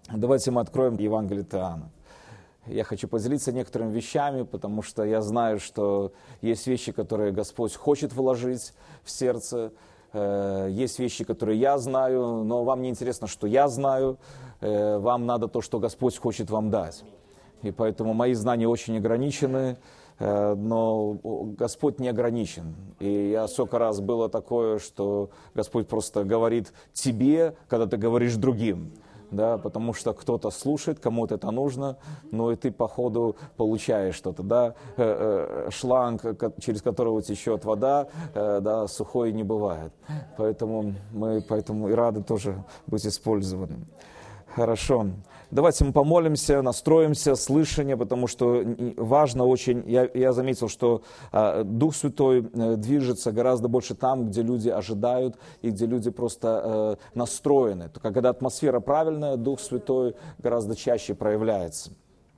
Давайте мы откроем Евангелие от Иоанна. Я хочу поделиться некоторыми вещами, потому что я знаю, что есть вещи, которые Господь хочет вложить в сердце, есть вещи, которые я знаю, но вам не интересно, что я знаю, вам надо то, что Господь хочет вам дать. И поэтому мои знания очень ограничены, но Господь не ограничен. И я сколько раз было такое, что Господь просто говорит тебе, когда ты говоришь другим. Да, потому что кто-то слушает, кому-то это нужно, но и ты по ходу получаешь что-то, да, шланг, через которого течет вода, да, сухой не бывает. Поэтому мы и рады тоже быть использованным. Хорошо. Давайте мы помолимся, настроимся, слышание, потому что важно очень, я заметил, что Дух Святой движется гораздо больше там, где люди ожидают и где люди просто настроены. Только когда атмосфера правильная, Дух Святой гораздо чаще проявляется.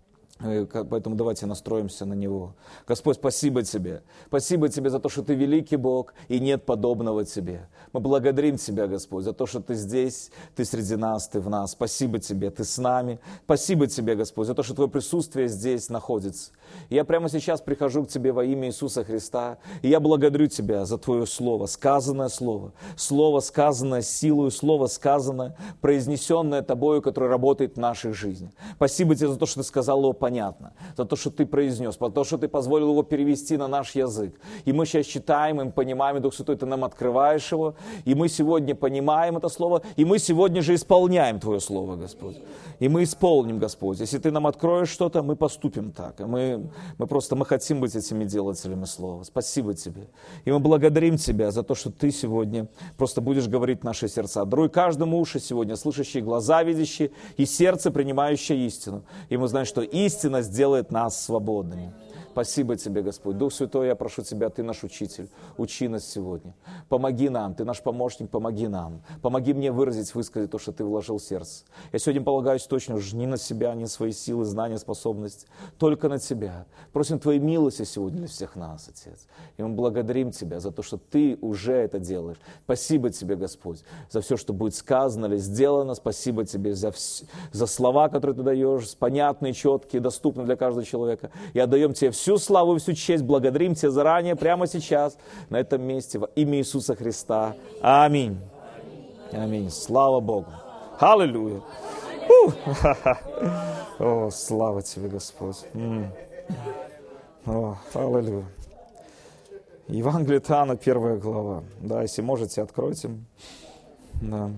Поэтому давайте настроимся на Него. Господь, спасибо Тебе. Спасибо Тебе за то, что Ты великий Бог, и нет подобного Тебе. Мы благодарим Тебя, Господь, за то, что Ты здесь, Ты среди нас, Ты в нас. Спасибо Тебе, Ты с нами. Спасибо Тебе, Господь, за то, что Твое присутствие здесь находится. И я прямо сейчас прихожу к Тебе во имя Иисуса Христа, и я благодарю Тебя за Твое Слово, сказанное Слово. Слово, сказанное силою, Слово, сказанное, произнесенное Тобою, которое работает в нашей жизни. Спасибо Тебе за то, что Ты сказал его понятно, за то, что Ты произнес, за то, что Ты позволил его перевести на наш язык. И мы сейчас читаем, и понимаем, и Дух Святой, Ты нам открываешь его, и мы сегодня понимаем это Слово, и мы сегодня же исполняем Твое Слово, Господь. И мы исполним, Господь. Если Ты нам откроешь что-то, мы поступим так. И мы хотим быть этими делателями Слова. Спасибо Тебе. И мы благодарим Тебя за то, что Ты сегодня просто будешь говорить в наши сердца. Даруй каждому уши сегодня, слышащие, глаза видящие, и сердце, принимающее истину. И мы знаем, что истина сделает нас свободными. Спасибо Тебе, Господь. Дух Святой, я прошу Тебя, Ты наш учитель, учи нас сегодня. Помоги нам, Ты наш помощник, помоги нам. Помоги мне высказать то, что Ты вложил в сердце. Я сегодня полагаюсь точно уже не на себя, не на свои силы, знания, способности, только на Тебя. Просим Твоей милости сегодня для всех нас, Отец. И мы благодарим Тебя за то, что Ты уже это делаешь. Спасибо Тебе, Господь, за все, что будет сказано или сделано. Спасибо Тебе за слова, которые Ты даешь, понятные, четкие, доступные для каждого человека. И отдаем Тебе всю славу и всю честь, благодарим Тебя заранее, прямо сейчас, на этом месте, во имя Иисуса Христа. Аминь. Аминь. Слава Богу. Аллилуйя. О, слава Тебе, Господь. О, аллилуйя. Евангелие от Иоанна, 1 глава. Да, если можете, откройте. Да.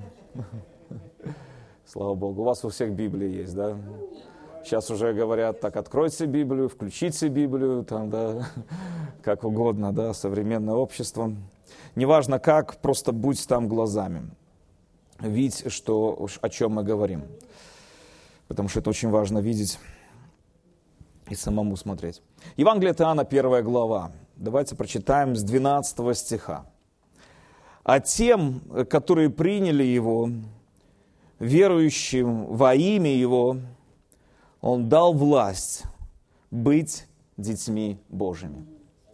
Слава Богу. У вас у всех Библия есть, да? Сейчас уже говорят, так, откройте Библию, включите Библию, там, да, как угодно, да, современное общество. Неважно как, просто будь там глазами. Видь, о чем мы говорим. Потому что это очень важно видеть и самому смотреть. Евангелие от Иоанна, 1 глава. Давайте прочитаем с 12 стиха. «А тем, которые приняли Его, верующим во имя Его, Он дал власть быть детьми Божьими».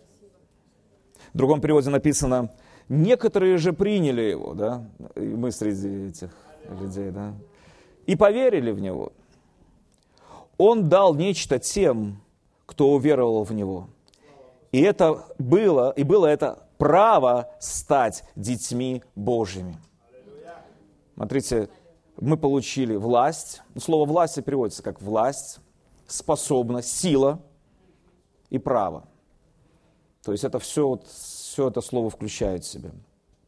В другом переводе написано: «Некоторые же приняли Его», да, и мы среди этих людей, да, «и поверили в Него. Он дал нечто тем, кто уверовал в Него. И было это право стать детьми Божьими». Смотрите, мы получили власть. Слово «власть» переводится как власть, способность, сила и право. То есть это все это слово включает в себя.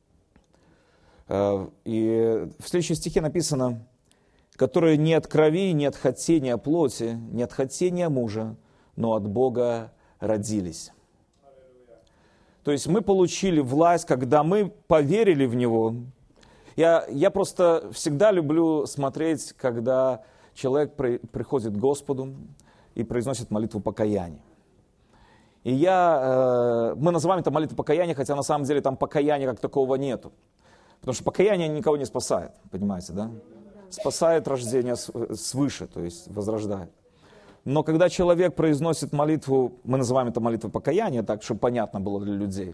И в следующем стихе написано: «которые не от крови, не от хотения плоти, не от хотения мужа, но от Бога родились». То есть мы получили власть, когда мы поверили в Него. Я просто всегда люблю смотреть, когда человек приходит к Господу и произносит молитву покаяния. И мы называем это молитвой покаяния, хотя на самом деле там покаяния как такового нету. Потому что покаяние никого не спасает, понимаете, да? Спасает рождение свыше, то есть возрождает. Но когда человек произносит молитву, мы называем это молитвой покаяния, так, чтобы понятно было для людей.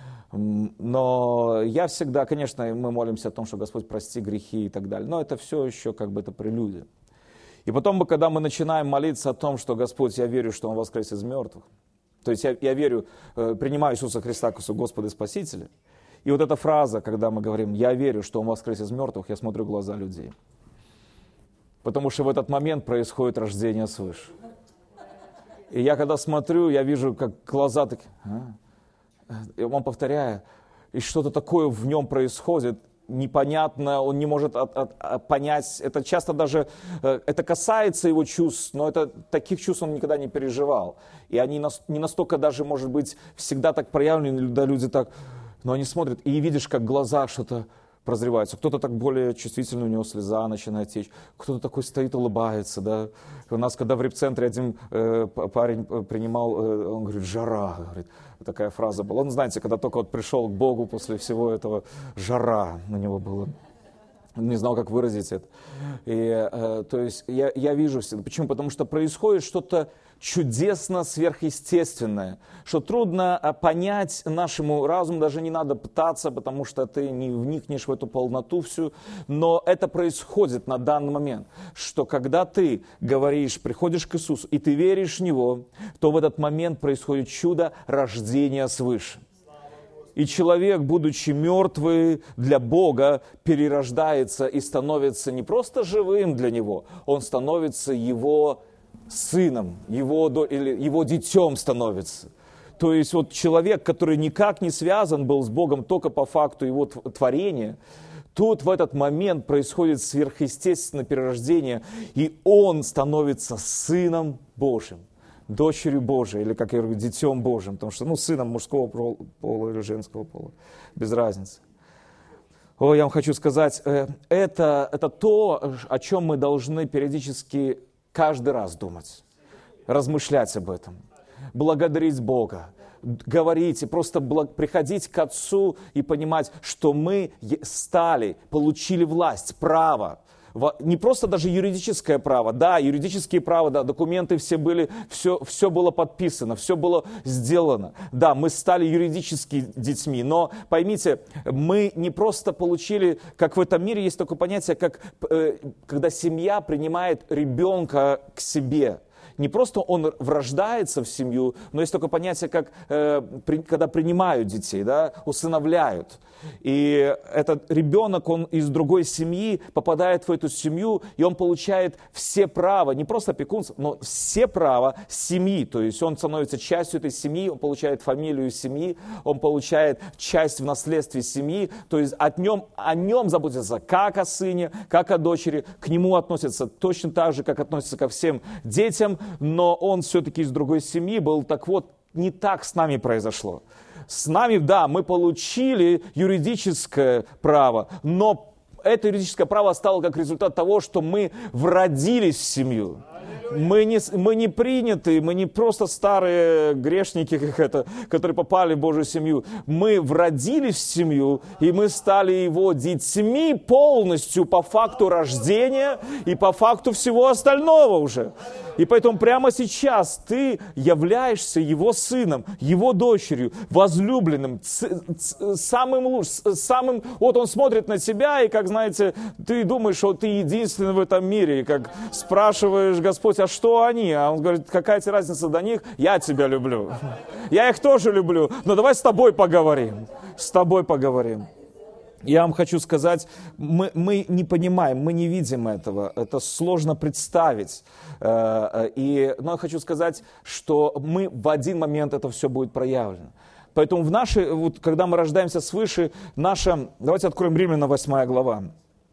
Но я всегда, конечно, мы молимся о том, что Господь прости грехи и так далее. Но это все еще как бы это прелюдия. И потом, когда мы начинаем молиться о том, что Господь, я верю, что Он воскрес из мертвых, то есть я верю, принимаю Иисуса Христа как Господа и Спасителя, и вот эта фраза, когда мы говорим, я верю, что Он воскрес из мертвых, я смотрю в глаза людей. Потому что в этот момент происходит рождение свыше. И я когда смотрю, я вижу, как глаза такие, и он повторяет, и что-то такое в нем происходит, непонятно, он не может понять. Это часто даже, это касается его чувств, но это, таких чувств он никогда не переживал. И они не настолько даже, может быть, всегда так проявлены, да, люди так, но они смотрят, и видишь, как глаза что-то прозреваются. Кто-то так более чувствительный, у него слеза начинает течь, кто-то такой стоит, улыбается. Да. У нас, когда в репцентре один парень принимал, он говорит, жара, говорит, такая фраза была. Он, знаете, когда только вот пришел к Богу после всего этого, жара на него было. Он не знал, как выразить это. И, то есть я вижу всегда. Почему? Потому что происходит что-то чудесно сверхъестественное, что трудно понять нашему разуму, даже не надо пытаться, потому что ты не вникнешь в эту полноту всю, но это происходит на данный момент, что когда ты говоришь, приходишь к Иисусу, и ты веришь в Него, то в этот момент происходит чудо рождения свыше. И человек, будучи мертвый для Бога, перерождается и становится не просто живым для Него, он становится Его сыном, его детем становится. То есть вот человек, который никак не связан был с Богом только по факту Его творения, тут в этот момент происходит сверхъестественное перерождение, и он становится сыном Божьим. Дочерью Божией, или, как я говорю, детем Божьим, потому что, сыном мужского пола или женского пола, без разницы. Я вам хочу сказать, это то, о чем мы должны периодически каждый раз думать, размышлять об этом, благодарить Бога, говорить и просто приходить к Отцу и понимать, что мы получили власть, право. Не просто даже юридическое право, да, юридические права, да, документы все были, все было подписано, все было сделано. Да, мы стали юридически детьми, но поймите, мы не просто получили, как в этом мире есть такое понятие, как когда семья принимает ребенка к себе. Не просто он рождается в семью, но есть такое понятие, как когда принимают детей, да, усыновляют. И этот ребенок, он из другой семьи попадает в эту семью, и он получает все права, не просто опекунство, но все права семьи. То есть он становится частью этой семьи, он получает фамилию семьи, он получает часть в наследстве семьи. То есть о нем заботятся как о сыне, как о дочери, к нему относятся точно так же, как относятся ко всем детям, но он все-таки из другой семьи был. Так вот, не так с нами произошло. С нами, да, мы получили юридическое право, но это юридическое право стало как результат того, что мы вродились в семью. Мы не приняты, мы не просто старые грешники, которые попали в Божью семью. Мы вродились в семью, и мы стали Его детьми полностью по факту рождения и по факту всего остального уже. И поэтому прямо сейчас ты являешься Его сыном, Его дочерью, возлюбленным, самым лучшим. Вот Он смотрит на тебя, и, как знаете, ты думаешь, что ты единственный в этом мире. И как спрашиваешь, Господь, а что они? А Он говорит, какая тебе разница до них? Я тебя люблю. Я их тоже люблю, но давай с тобой поговорим. С тобой поговорим. Я вам хочу сказать, мы не понимаем, мы не видим этого, это сложно представить. Но я хочу сказать, что мы в один момент это все будет проявлено. Поэтому когда мы рождаемся свыше, давайте откроем Римлянам 8 глава.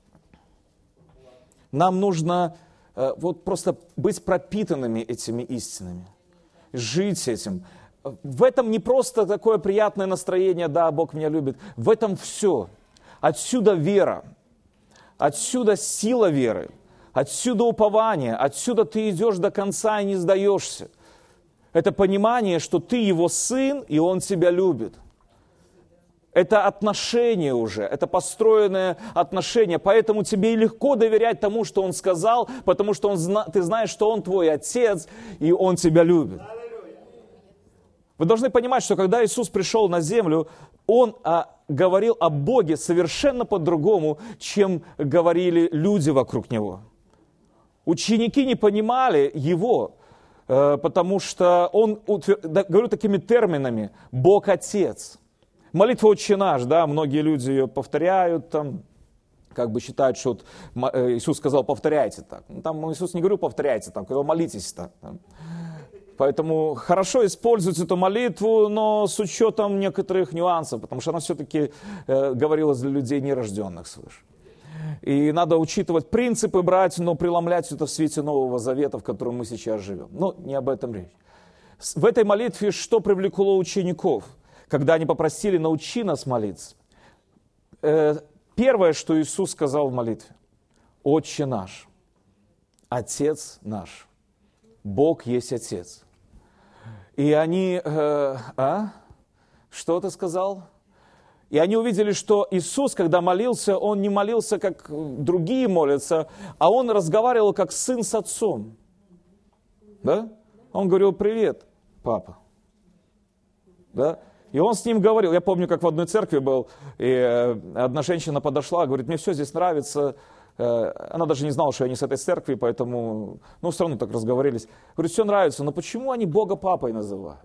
Нам нужно просто быть пропитанными этими истинами, жить этим. В этом не просто такое приятное настроение, да, Бог меня любит, в этом все. Отсюда вера, отсюда сила веры, отсюда упование, отсюда ты идешь до конца и не сдаешься. Это понимание, что ты Его сын, и Он тебя любит. Это отношение уже, это построенное отношение, поэтому тебе и легко доверять тому, что Он сказал, потому что ты знаешь, что Он твой Отец, и Он тебя любит. Вы должны понимать, что когда Иисус пришел на землю, Он говорил о Боге совершенно по-другому, чем говорили люди вокруг Него. Ученики не понимали его, потому что он говорил такими терминами: Бог Отец. Молитва «Отче наш», да, многие люди ее повторяют, там, как бы считают, что вот Иисус сказал: повторяйте так. Там Иисус не говорил: повторяйте, там, говорил: молитесь так. Поэтому хорошо использовать эту молитву, но с учетом некоторых нюансов, потому что она все-таки говорилась для людей нерожденных свыше. И надо учитывать принципы, брать, но преломлять это в свете Нового Завета, в котором мы сейчас живем. Но не об этом речь. В этой молитве что привлекло учеников, когда они попросили: научи нас молиться? Первое, что Иисус сказал в молитве: Отче наш, Отец наш, Бог есть Отец. И они, что ты сказал? И они увидели, что Иисус, когда молился, Он не молился, как другие молятся, а Он разговаривал, как сын с отцом. Да? Он говорил: привет, папа. Да? И он с ним говорил. Я помню, как в одной церкви был, и одна женщина подошла, говорит: мне все здесь нравится. Она даже не знала, что я не с этой церкви, поэтому, все равно так разговорились. Говорит: все нравится, но почему они Бога папой называют?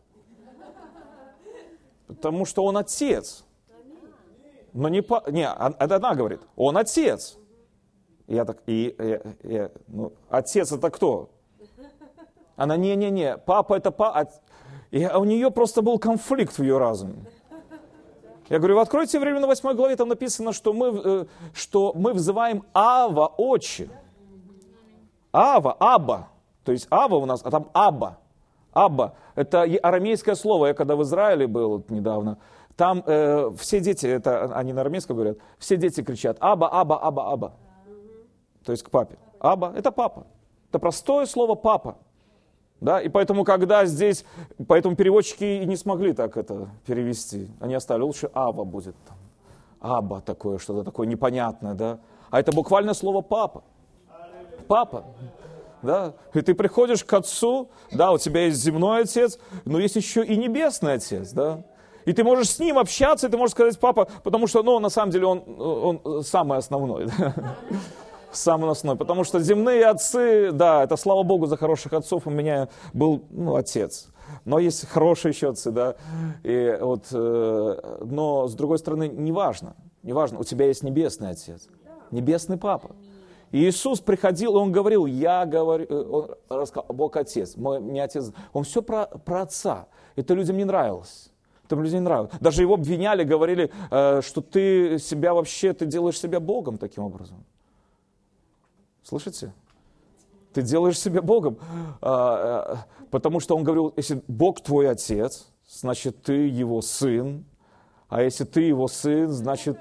Потому что Он Отец. Но не это она говорит: Он Отец. Я так, Отец это кто? Она: не, папа это папа. И у нее просто был конфликт в ее разуме. Я говорю: вы откройте Временно 8 главе, там написано, что мы взываем Ава, Отче. Ава, Аба. То есть Ава у нас, а там Аба. Аба. Это арамейское слово. Я когда в Израиле был недавно, там все дети, это они на арамейском говорят, все дети кричат: Аба, Аба, Аба, Аба. То есть к папе. Аба – это папа. Это простое слово папа. Да? И поэтому, когда здесь, поэтому переводчики и не смогли так это перевести. Они оставили: лучше Ава будет. Там. Аба такое, что-то такое непонятное. Да? А это буквально слово папа. Папа. Да? И ты приходишь к отцу, да, у тебя есть земной отец, но есть еще и небесный отец. Да? И ты можешь с ним общаться, и ты можешь сказать: папа, потому что, на самом деле, он самый основной. Самый основной. Потому что земные отцы, да, это слава Богу за хороших отцов, у меня был, отец. Но есть хорошие еще отцы, да. И вот, но, с другой стороны, неважно, у тебя есть небесный отец, небесный папа. И Иисус приходил, и Он говорил: Он рассказал: Бог Отец, не Отец. Он все про отца. Это людям не нравилось. Даже его обвиняли, говорили, что ты делаешь себя Богом таким образом. Слышите? Ты делаешь себя Богом. Потому что он говорил: если Бог твой Отец, значит ты Его сын. А если ты Его сын, значит...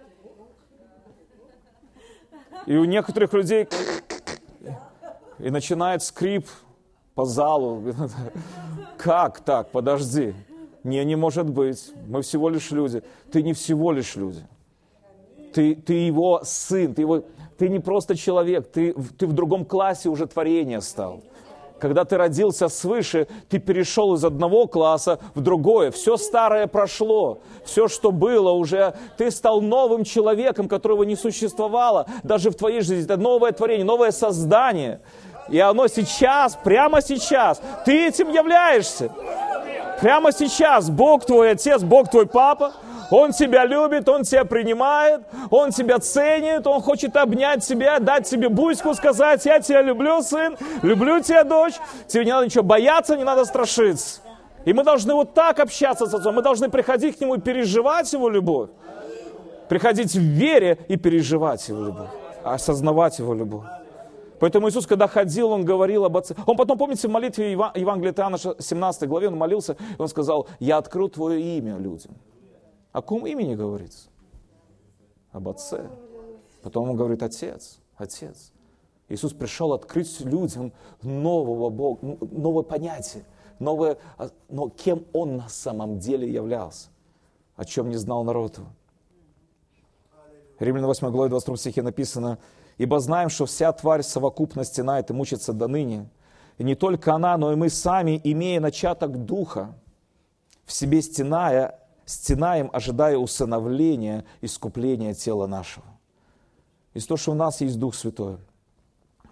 И у некоторых людей и начинает скрип по залу. Как так? Подожди. Не может быть. Мы всего лишь люди. Ты не всего лишь люди. Ты Его сын. Ты не просто человек. Ты в другом классе уже творения стал. Когда ты родился свыше, ты перешел из одного класса в другое. Все старое прошло. Все, что было уже. Ты стал новым человеком, которого не существовало. Даже в твоей жизни. Это новое творение, новое создание. И оно сейчас, прямо сейчас, ты этим являешься. Прямо сейчас Бог твой Отец, Бог твой Папа, Он тебя любит, Он тебя принимает, Он тебя ценит, Он хочет обнять тебя, дать тебе буську, сказать: я тебя люблю, сын, люблю тебя, дочь, тебе не надо ничего бояться, не надо страшиться. И мы должны вот так общаться с Отцом, мы должны приходить к Нему и переживать Его любовь, приходить в вере и переживать Его любовь, осознавать Его любовь. Поэтому Иисус, когда ходил, Он говорил об Отце. Он потом, помните, в молитве Евангелия от Иоанна, 17 главе, Он молился, и Он сказал: я открыл Твое имя людям. О ком имени говорится? Об Отце. Потом Он говорит: Отец, Отец. Иисус пришел открыть людям нового Бога, новое понятие, новое, но кем Он на самом деле являлся, о чем не знал народ его. Римлянам 8 главе 22 стихе написано: «Ибо знаем, что вся тварь совокупно стенает и мучится до ныне, и не только она, но и мы сами, имея начаток духа, в себе стенаем, ожидая усыновления, искупления тела нашего». Из того, что у нас есть Дух Святой,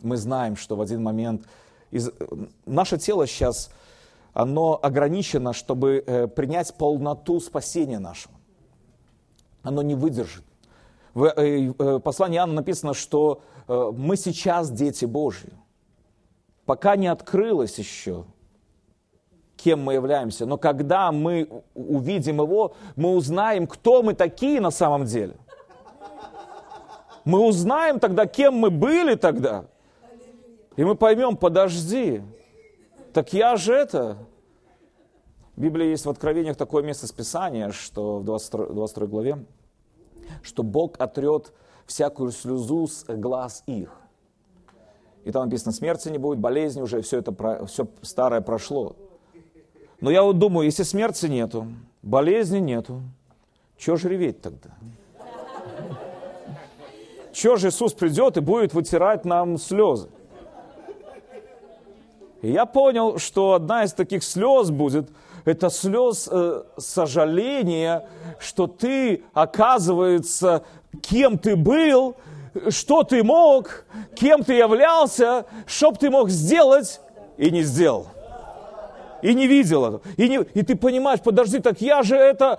Мы знаем, что в один момент наше тело сейчас, оно ограничено, чтобы принять полноту спасения нашего. Оно не выдержит. В послании Иоанна написано, что мы сейчас дети Божьи. Пока не открылось еще, кем мы являемся. Но когда мы увидим Его, мы узнаем, кто мы такие на самом деле. Мы узнаем тогда, кем мы были тогда. И мы поймем, подожди, так я же это... В Библии есть в Откровениях такое место Писания, что в 22 главе, что Бог отрет всякую слезу с глаз их. И там написано, смерти не будет, болезни уже, все старое прошло. Но я вот думаю, если смерти нету, болезни нету, чего же реветь тогда? Чего же Иисус придет и будет вытирать нам слезы? И я понял, что одна из таких слез будет, это слез сожаления, что ты, оказывается, кем ты был, что ты мог, кем ты являлся, что бы ты мог сделать и не сделал. И не видел это. И ты понимаешь, подожди, так я же это...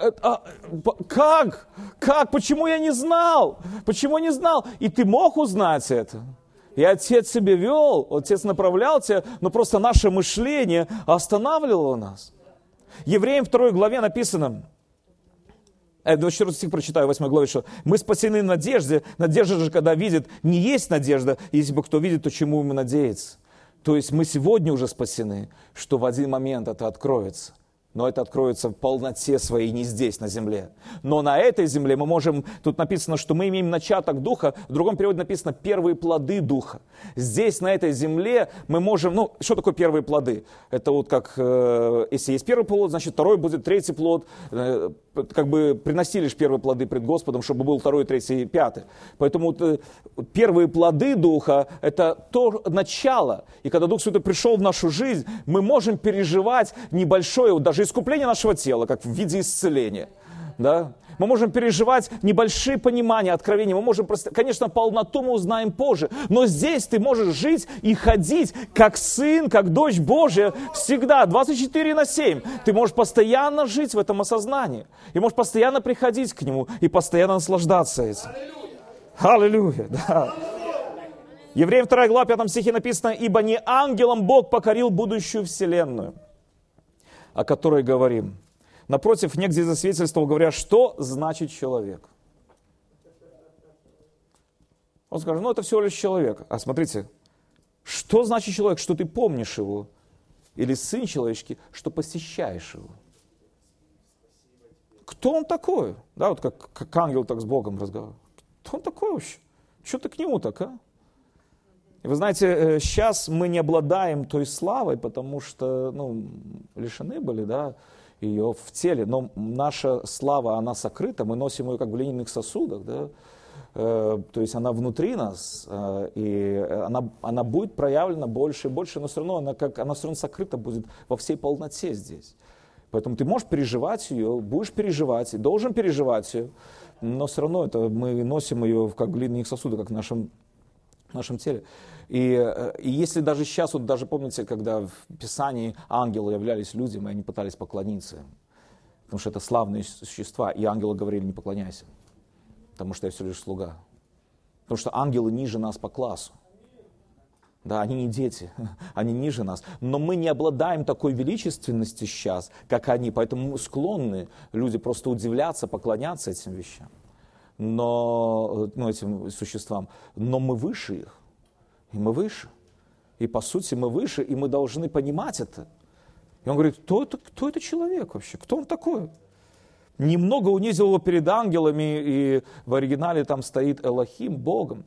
Как? Почему я не знал? Почему не знал? И ты мог узнать это. И Отец себя вел, Отец направлял тебя, но просто наше мышление останавливало нас. Евреям 2 главе написано, 24 стих прочитаю, 8 главе, что мы спасены в надежде. Надежда же, когда видит, не есть надежда. Если бы кто видит, то чему ему надеяться? То есть мы сегодня уже спасены, что в один момент это откроется. Но это откроется в полноте своей не здесь, на земле. Но на этой земле мы можем, тут написано, что мы имеем начаток Духа, в другом переводе написано первые плоды Духа. Здесь, на этой земле, мы можем, что такое первые плоды? Это вот как, если есть первый плод, значит второй будет, третий плод. Как бы приносили лишь первые плоды пред Господом, чтобы был второй, третий, пятый. Поэтому первые плоды Духа – это то начало. И когда Дух Святой пришел в нашу жизнь, мы можем переживать небольшое, даже искупление нашего тела, как в виде исцеления. Да? Мы можем переживать небольшие понимания, откровения. Мы можем, конечно, полноту мы узнаем позже. Но здесь ты можешь жить и ходить, как сын, как дочь Божия, всегда, 24/7. Ты можешь постоянно жить в этом осознании. И можешь постоянно приходить к Нему и постоянно наслаждаться этим. Аллилуйя! Да. Евреям 2 глава, 5 стихе написано, «Ибо не ангелом Бог покорил будущую вселенную, о которой говорим». Напротив, негде засвидетельствовал, говоря, что значит человек. Он скажет, это всего лишь человек. А смотрите, что значит человек, что ты помнишь его? Или сын человеческий, что посещаешь его? Кто он такой? Да, вот как ангел так с Богом разговаривает. Кто он такой вообще? Что ты к нему так, а? И вы знаете, сейчас мы не обладаем той славой, потому что, лишены были, да, ее в теле, но наша слава, она сокрыта, мы носим ее как в глиняных сосудах, да? То есть она внутри нас, и она будет проявлена больше и больше, но все равно она все равно сокрыта будет во всей полноте здесь. Поэтому ты можешь переживать ее, будешь переживать, и должен переживать ее, но все равно мы носим ее как в глиняных сосудах, как в нашем теле. И если даже сейчас, вот даже помните, когда в Писании ангелы являлись людям, и они пытались поклониться, потому что это славные существа, и ангелы говорили, не поклоняйся, потому что я всего лишь слуга. Потому что ангелы ниже нас по классу. Да, они не дети, они ниже нас. Но мы не обладаем такой величественностью сейчас, как они, поэтому мы склонны, люди, просто удивляться, поклоняться этим вещам, этим существам. Но мы выше их. И мы выше. И по сути мы выше, и мы должны понимать это. И он говорит, кто это человек вообще? Кто он такой? Немного унизил его перед ангелами, и в оригинале там стоит Элохим, Богом.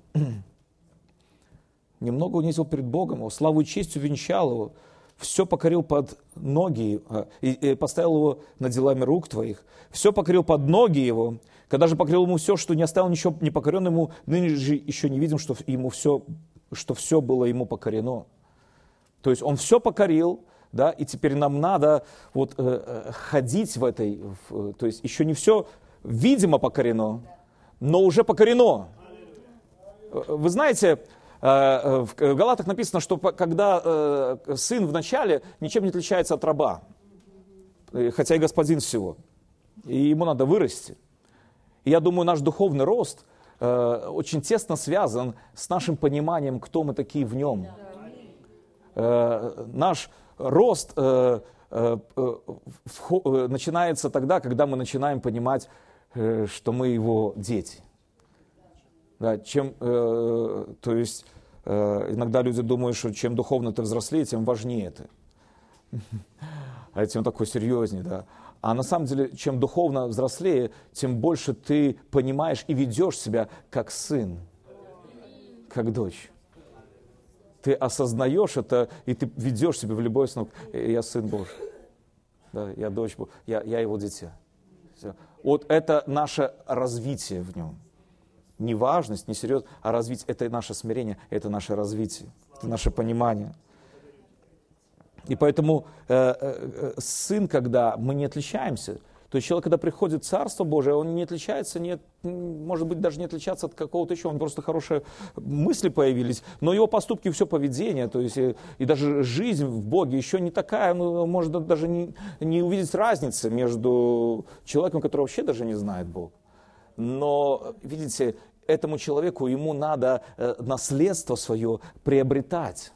Немного унизил перед Богом, его славу и честью венчал его. Все покорил под ноги, и поставил его над делами рук твоих. Все покорил под ноги его. Когда же покорил ему все, что не оставил ничего непокоренным ему, ныне же еще не видим, что все было ему покорено. То есть он все покорил, да, и теперь нам надо ходить в этой, то есть еще не все видимо покорено, но уже покорено. Вы знаете, В Галатах написано, что когда сын вначале ничем не отличается от раба, хотя и господин всего, и ему надо вырасти. И я думаю, наш духовный рост очень тесно связан с нашим пониманием, кто мы такие в нем. Наш рост начинается тогда, когда мы начинаем понимать, что мы его дети. Да, то есть иногда люди думают, что чем духовно ты взрослее, тем важнее ты. А тем такой серьезнее, да. А на самом деле, чем духовно взрослее, тем больше ты понимаешь и ведешь себя как сын, как дочь. Ты осознаешь это, и ты ведешь себя в любой основе. Я сын Божий, да, я дочь Божия, я его дитя. Все. Вот это наше развитие в нем. Не важность, не серьезность, а развитие. Это наше смирение, это наше развитие, это наше понимание. И поэтому сын, когда мы не отличаемся, то есть человек, когда приходит в Царство Божие, он не отличается, может быть, даже не отличаться от какого-то еще, он просто хорошие мысли появились, но его поступки, все поведение, то есть и даже жизнь в Боге еще не такая, можно даже не увидеть разницы между человеком, который вообще даже не знает Бога. Но, видите, этому человеку, ему надо наследство свое приобретать.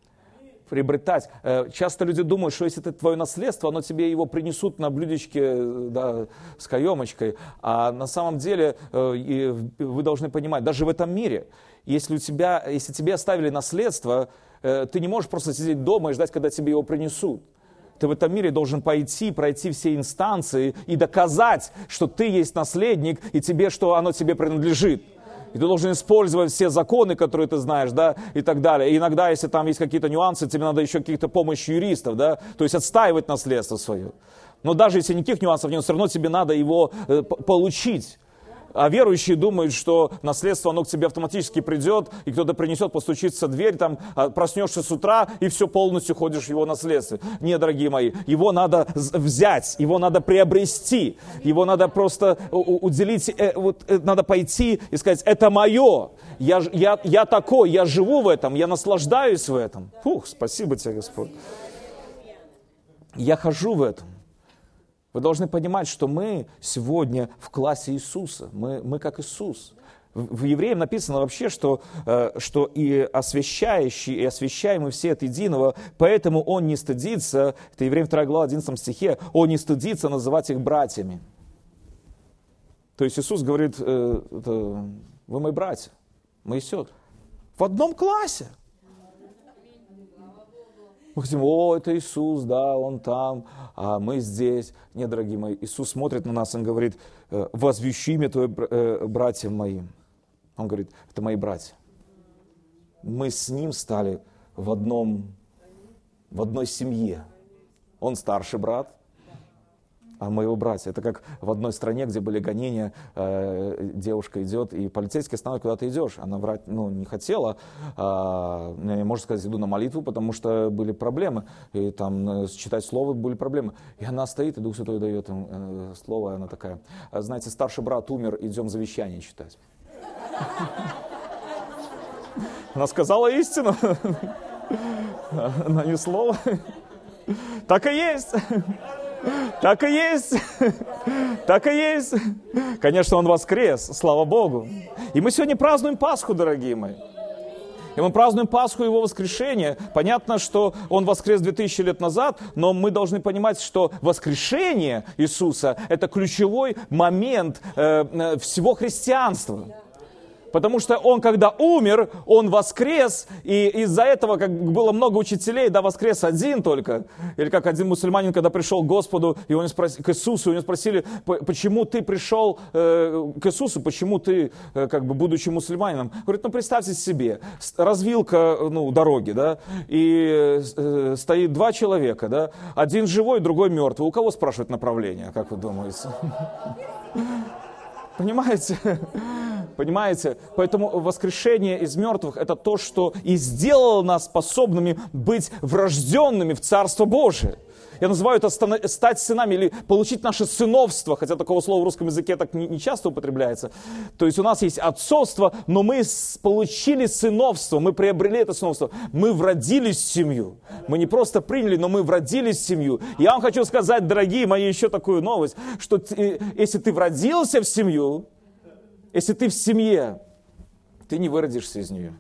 Часто люди думают, что если это твое наследство, оно тебе его принесут на блюдечке, да, с каемочкой. А на самом деле вы должны понимать, даже в этом мире, если тебе оставили наследство, ты не можешь просто сидеть дома и ждать, когда тебе его принесут. Ты в этом мире должен пройти все инстанции и доказать, что ты есть наследник, и что оно тебе принадлежит. И ты должен использовать все законы, которые ты знаешь, да, и так далее. И иногда, если там есть какие-то нюансы, тебе надо еще каких-то помощи юристов, да, то есть отстаивать наследство свое. Но даже если никаких нюансов нет, все равно тебе надо его получить. А верующие думают, что наследство, оно к тебе автоматически придет, и кто-то принесет, постучится в дверь, там, проснешься с утра, и все, полностью ходишь в его наследство. Нет, дорогие мои, его надо взять, его надо приобрести, его надо просто уделить, надо пойти и сказать, это мое, я такой, я живу в этом, я наслаждаюсь в этом. Фух, спасибо тебе, Господь. Я хожу в этом. Вы должны понимать, что мы сегодня в классе Иисуса. Мы как Иисус. В Евреям написано вообще, что и освящающий, и освящаемый все от единого, поэтому он не стыдится, это Евреям 2 глава 11 стихе, он не стыдится называть их братьями. То есть Иисус говорит, вы мои братья, мы и сестры. В одном классе. Мы хотим, это Иисус, да, Он там, а мы здесь. Нет, дорогие мои, Иисус смотрит на нас, Он говорит, возвещи имя Твое братьям моим. Он говорит, это мои братья. Мы с Ним стали в одной семье. Он старший брат, а мы его братья. Это как в одной стране, где были гонения, девушка идет, и полицейский останавливает, куда ты идешь. Она врать не хотела, можно сказать, иду на молитву, потому что были проблемы, и там читать слово были проблемы. И она стоит, и Дух Святой дает им слово, и она такая, знаете, старший брат умер, идем завещание читать. Она сказала истину, она не слово. Так и есть. Так и есть. Так и есть. Конечно, Он воскрес, слава Богу. И мы сегодня празднуем Пасху, дорогие мои. И мы празднуем Пасху Его воскрешения. Понятно, что Он воскрес 2000 лет назад, но мы должны понимать, что воскрешение Иисуса – это ключевой момент всего христианства. Потому что Он, когда умер, Он воскрес, и из-за этого, как было много учителей, да, воскрес один только. Или как один мусульманин, когда пришел к Господу, к Иисусу, и у него спросили, почему ты пришел к Иисусу, почему ты, будучи мусульманином. Говорит, представьте себе, развилка дороги, да, и стоит два человека, да, один живой, другой мертвый. У кого спрашивать направление, как вы думаете? Понимаете? Понимаете? Поэтому воскрешение из мертвых – это то, что и сделало нас способными быть врожденными в Царство Божие. Я называю это стать сынами или получить наше сыновство, хотя такого слова в русском языке так не часто употребляется. То есть у нас есть отцовство, но мы получили сыновство, мы приобрели это сыновство. Мы вродились в семью. Мы не просто приняли, но мы вродились в семью. Я вам хочу сказать, дорогие мои, еще такую новость, что если ты вродился в семью, если ты в семье, ты не выродишься из нее.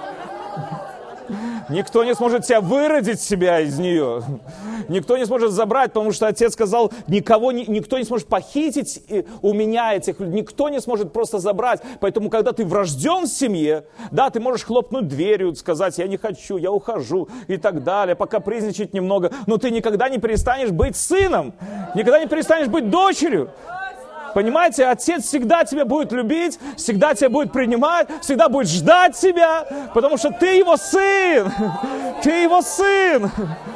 Никто не сможет тебя выродить себя из нее. Никто не сможет забрать, потому что отец сказал, никто не сможет похитить у меня этих людей. Никто не сможет просто забрать. Поэтому, когда ты врожден в семье, да, ты можешь хлопнуть дверью, сказать, я не хочу, я ухожу и так далее, покапризничать немного. Но ты никогда не перестанешь быть сыном. Никогда не перестанешь быть дочерью. Понимаете, отец всегда тебя будет любить, всегда тебя будет принимать, всегда будет ждать тебя, потому что ты его сын, ты его сын.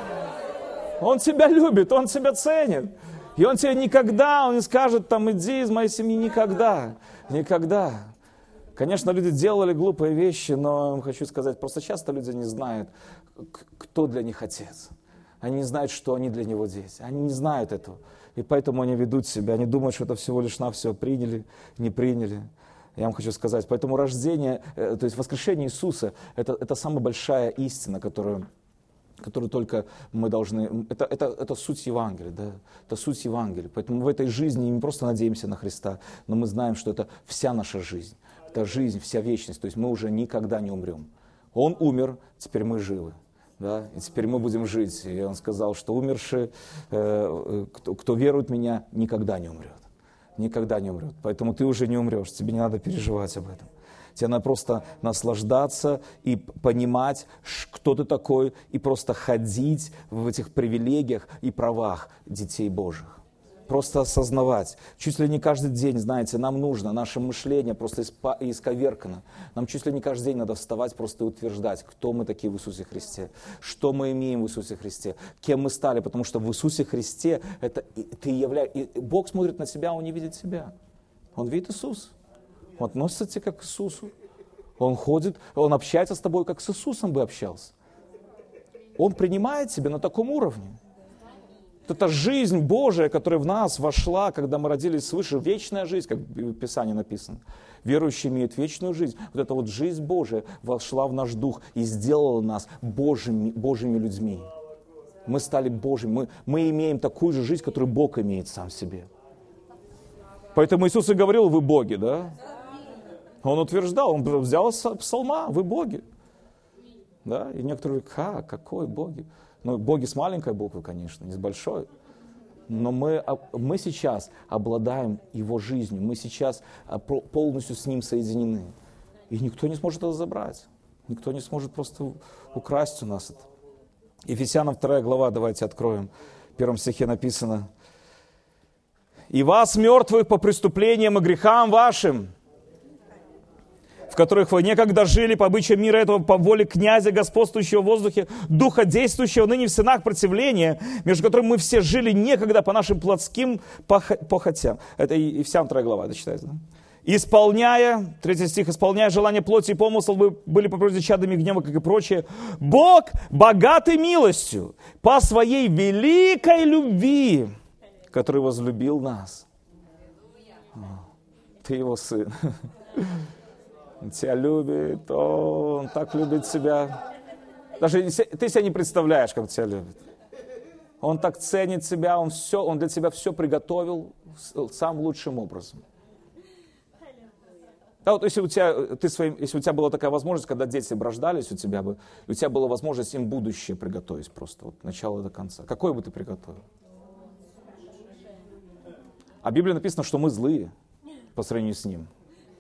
Он тебя любит, он тебя ценит. И он тебе никогда, он не скажет, там, иди из моей семьи, никогда, никогда. Конечно, люди делали глупые вещи, но хочу сказать, просто часто люди не знают, кто для них отец. Они не знают, что они для него дети, они не знают этого. И поэтому они ведут себя, они думают, что это всего лишь навсего приняли, не приняли. Я вам хочу сказать, поэтому рождение, то есть воскрешение Иисуса, это самая большая истина, которую только мы должны, это суть Евангелия, да? Это суть Евангелия. Поэтому в этой жизни не просто надеемся на Христа, но мы знаем, что это вся наша жизнь, это жизнь, вся вечность, то есть мы уже никогда не умрем. Он умер, теперь мы живы. Да? И теперь мы будем жить. И он сказал, что умерший, кто верует в меня, никогда не умрет. Никогда не умрет. Поэтому ты уже не умрешь, тебе не надо переживать об этом. Тебе надо просто наслаждаться и понимать, кто ты такой, и просто ходить в этих привилегиях и правах детей Божьих. Просто осознавать. Чуть ли не каждый день, знаете, нам нужно, наше мышление просто исковеркано. Нам чуть ли не каждый день надо вставать просто и утверждать, кто мы такие в Иисусе Христе, что мы имеем в Иисусе Христе, кем мы стали, потому что в Иисусе Христе это ты являешься. Бог смотрит на тебя, Он не видит себя. Он видит Иисуса. Он относится к тебе как к Иисусу. Он ходит, Он общается с тобой, как с Иисусом бы общался. Он принимает тебя на таком уровне. Это жизнь Божия, которая в нас вошла, когда мы родились свыше, вечная жизнь, как в Писании написано. Верующий имеет вечную жизнь. Вот эта вот жизнь Божия вошла в наш дух и сделала нас Божьими людьми. Мы стали Божьими. Мы имеем такую же жизнь, которую Бог имеет сам в себе. Поэтому Иисус и говорил, вы боги, да? Он утверждал, он взял псалма, вы боги. Да? И некоторые говорят, какой боги? Ну, боги с маленькой буквы, конечно, не с большой. Но мы сейчас обладаем Его жизнью, мы сейчас полностью с Ним соединены. И никто не сможет это забрать. Никто не сможет просто украсть у нас это. Ефесянам 2 глава, давайте откроем. В 1 стихе написано. «И вас, мертвых, по преступлениям и грехам вашим, в которых вы некогда жили по обычаям мира этого, по воле князя, господствующего в воздухе, духа, действующего ныне в сынах противления, между которыми мы все жили некогда по нашим плотским похотям». Это Ефесянам 2 глава, это читается, да? «Исполняя», 3 стих, «исполняя желание плоти и помыслов, вы были по природе чадами гнева, как и прочее. Бог, богатый милостью, по своей великой любви, который возлюбил нас». Ты Его сын. Он тебя любит, Он так любит тебя. Даже ты себя не представляешь, как тебя любит. Он так ценит тебя, Он для тебя все приготовил самым лучшим образом. Да, вот если у тебя была такая возможность, когда дети рождались у тебя была возможность им будущее приготовить просто, от начала до конца. Какое бы ты приготовил? А в Библии написано, что мы злые по сравнению с Ним.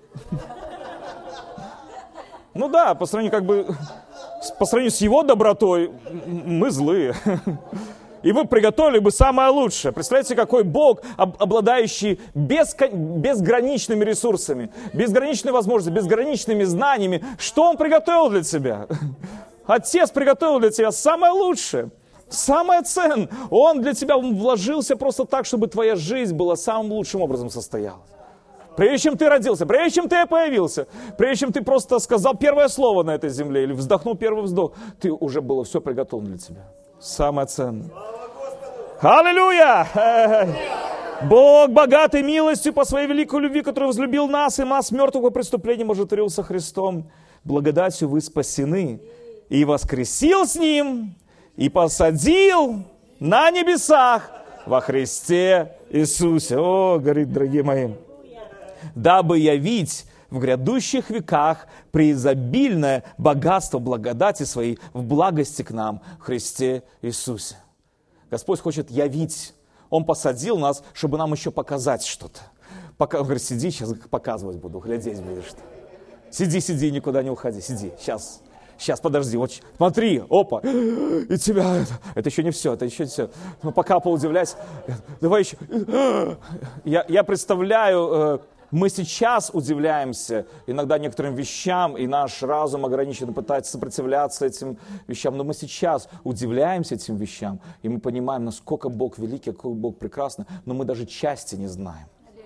Ну да, по сравнению с Его добротой мы злые. И вы приготовили бы самое лучшее. Представляете, какой Бог, обладающий безграничными ресурсами, безграничными возможностями, безграничными знаниями. Что Он приготовил для тебя? Отец приготовил для тебя самое лучшее, самое ценное. Он для тебя вложился просто так, чтобы твоя жизнь была самым лучшим образом состоялась. Прежде чем ты родился, прежде чем ты появился, прежде чем ты просто сказал первое слово на этой земле или вздохнул первый вздох, ты уже было все приготовлено для тебя. Самое ценное. Аллилуйя! Бог, богатый милостью по своей великой любви, который возлюбил нас, и нас, мертвых по преступлениям, ожитворил со Христом. Благодатью вы спасены, и воскресил с Ним, и посадил на небесах во Христе Иисусе. О, говорит, дорогие мои, дабы явить в грядущих веках преизобильное богатство благодати своей в благости к нам в Христе Иисусе. Господь хочет явить. Он посадил нас, чтобы нам еще показать что-то. Он говорит, сиди, сейчас показывать буду, глядеть будешь. Сиди, никуда не уходи, сиди, сейчас, подожди, вот смотри, опа, и тебя, это еще не все, ну, пока поудивляйся, давай еще, я представляю, мы сейчас удивляемся иногда некоторым вещам, и наш разум ограничен, пытается сопротивляться этим вещам, но мы сейчас удивляемся этим вещам, и мы понимаем, насколько Бог великий, какой Бог прекрасный, но мы даже части не знаем.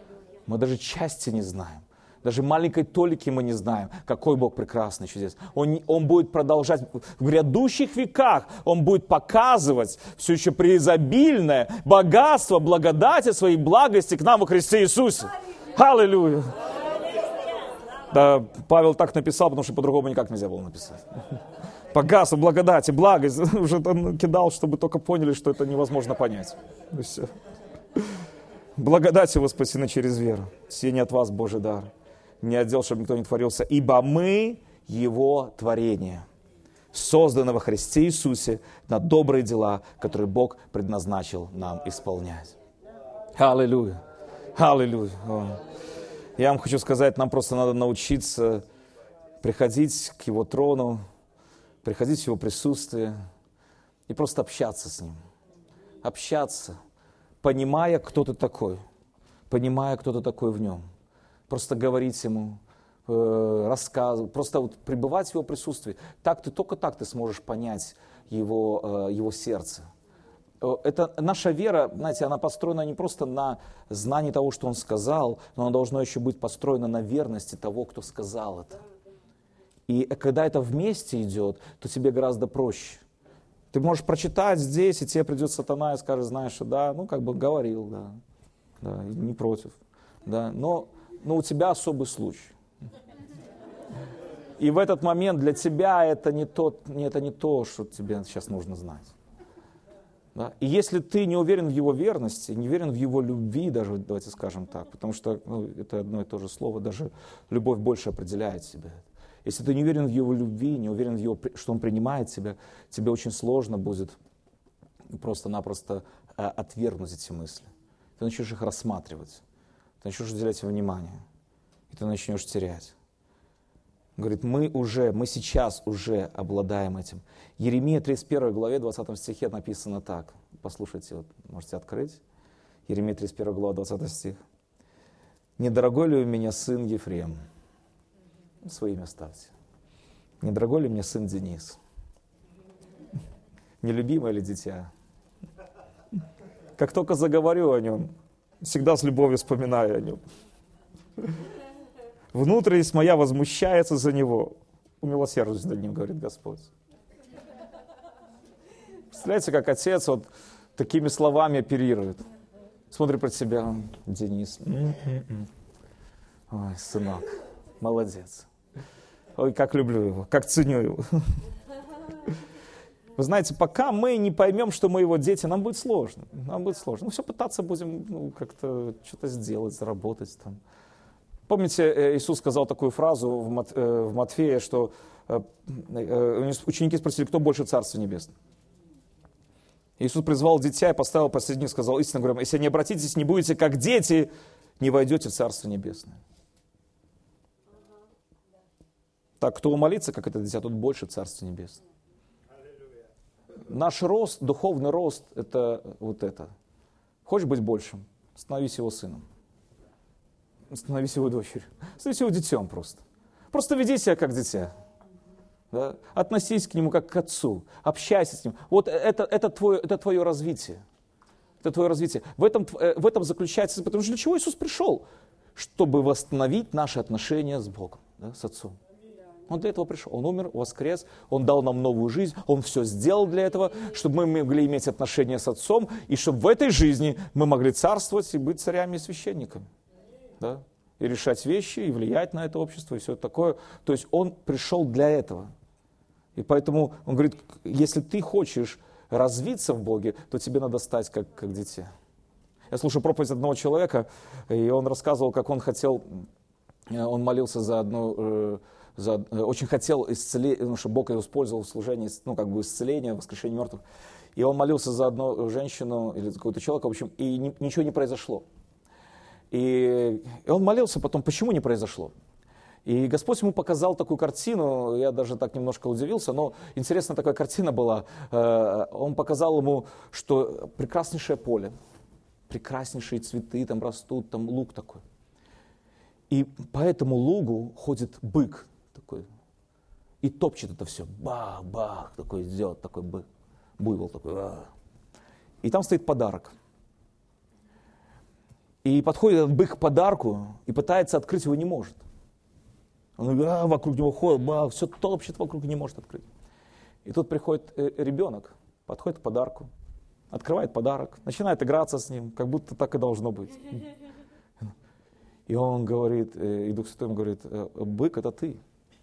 Даже маленькой толики мы не знаем, какой Бог прекрасный, чудесный. Он будет продолжать в грядущих веках, Он будет показывать все еще преизобильное богатство, благодати своей благости к нам во Христе Иисусе. Аллилуйя! Да, Павел так написал, потому что по-другому никак нельзя было написать. Богатство, благодати, благость. Уже там кидал, чтобы только поняли, что это невозможно понять. И все. Благодатью вы спасены через веру. Сие не от вас Божий дар. Не отдел, чтобы никто не творился. Ибо мы Его творение, созданы во Христе Иисусе на добрые дела, которые Бог предназначил нам исполнять. Аллилуйя! Аллилуйя! Я вам хочу сказать, нам просто надо научиться приходить к Его трону, приходить в Его присутствие и просто общаться с Ним. Общаться, понимая, кто ты такой, в Нем. Просто говорить Ему, рассказывать, просто вот пребывать в Его присутствии. Только так ты сможешь понять Его сердце. Это наша вера, знаете, она построена не просто на знании того, что Он сказал, но она должна еще быть построена на верности того, кто сказал это. И когда это вместе идет, то тебе гораздо проще. Ты можешь прочитать здесь, и тебе придет сатана и скажет, знаешь, что да, говорил, да, не против, да, но у тебя особый случай. И в этот момент для тебя это не то, что тебе сейчас нужно знать. Да? И если ты не уверен в Его верности, не уверен в Его любви, даже, давайте скажем так, потому что это одно и то же слово, даже любовь больше определяет себя. Если ты не уверен в Его любви, не уверен в Его, что Он принимает тебя, тебе очень сложно будет просто-напросто отвергнуть эти мысли. Ты начнешь их рассматривать, ты начнешь уделять им внимание, и ты начнешь терять. Говорит, мы сейчас уже обладаем этим. Еремия 31 главе 20 стихе написано так. Послушайте, можете открыть. Еремия 31 глава 20 стих. «Недорогой ли у меня сын Ефрем?» Свои имя ставьте. «Недорогой ли мне сын Денис?» «Нелюбимое ли дитя?» Как только заговорю о нем, всегда с любовью вспоминаю о нем. «Внутренность моя возмущается за него. Умилосердуюсь над ним, говорит Господь». Представляете, как отец вот такими словами оперирует. Смотри про себя, Денис. Ой, сынок, молодец. Ой, как люблю его, как ценю его. Вы знаете, пока мы не поймем, что мы его дети, нам будет сложно. Мы все пытаться будем как-то что-то сделать, заработать там. Помните, Иисус сказал такую фразу в Матфея, что ученики спросили, кто больше Царства Небесного. Иисус призвал дитя и поставил посреди них, сказал, истинно говорю, если не обратитесь, не будете как дети, не войдете в Царство Небесное. Так, кто молится, как это дитя, тот больше Царства Небесного. Наш рост, духовный рост, это вот это. Хочешь быть большим? Становись его сыном. Становись его дочерью. Становись его детем просто. Просто веди себя как дитя. Да? Относись к нему как к отцу. Общайся с ним. Вот это твое развитие. Это твое развитие. В этом заключается, потому что для чего Иисус пришел? Чтобы восстановить наши отношения с Богом, да, с Отцом. Он для этого пришел. Он умер, воскрес, Он дал нам новую жизнь, Он все сделал для этого, чтобы мы могли иметь отношения с Отцом, и чтобы в этой жизни мы могли царствовать и быть царями и священниками. Да? И решать вещи, и влиять на это общество, и все такое. То есть Он пришел для этого. И поэтому Он говорит, если ты хочешь развиться в Боге, то тебе надо стать как дитя. Я слушал проповедь одного человека, и он рассказывал, как он хотел, он молился за одну... очень хотел исцеления, чтобы Бог его использовал в служении, исцеления, воскрешения мертвых. И он молился за одну женщину или за какого-то человека, в общем, и ничего не произошло. И он молился потом, почему не произошло. И Господь ему показал такую картину, я даже так немножко удивился, но интересная такая картина была. Он показал ему, что прекраснейшее поле, прекраснейшие цветы там растут, там луг такой. И по этому лугу ходит бык такой и топчет это все. Бах-бах, такой идет, такой буйвол такой. И там стоит подарок. И подходит этот бык к подарку и пытается открыть его, не может. Он вокруг него ходит, все топчет вокруг, не может открыть. И тут приходит ребенок, подходит к подарку, открывает подарок, начинает играться с ним, как будто так и должно быть. И он говорит, и Дух Святой ему говорит, бык, это ты.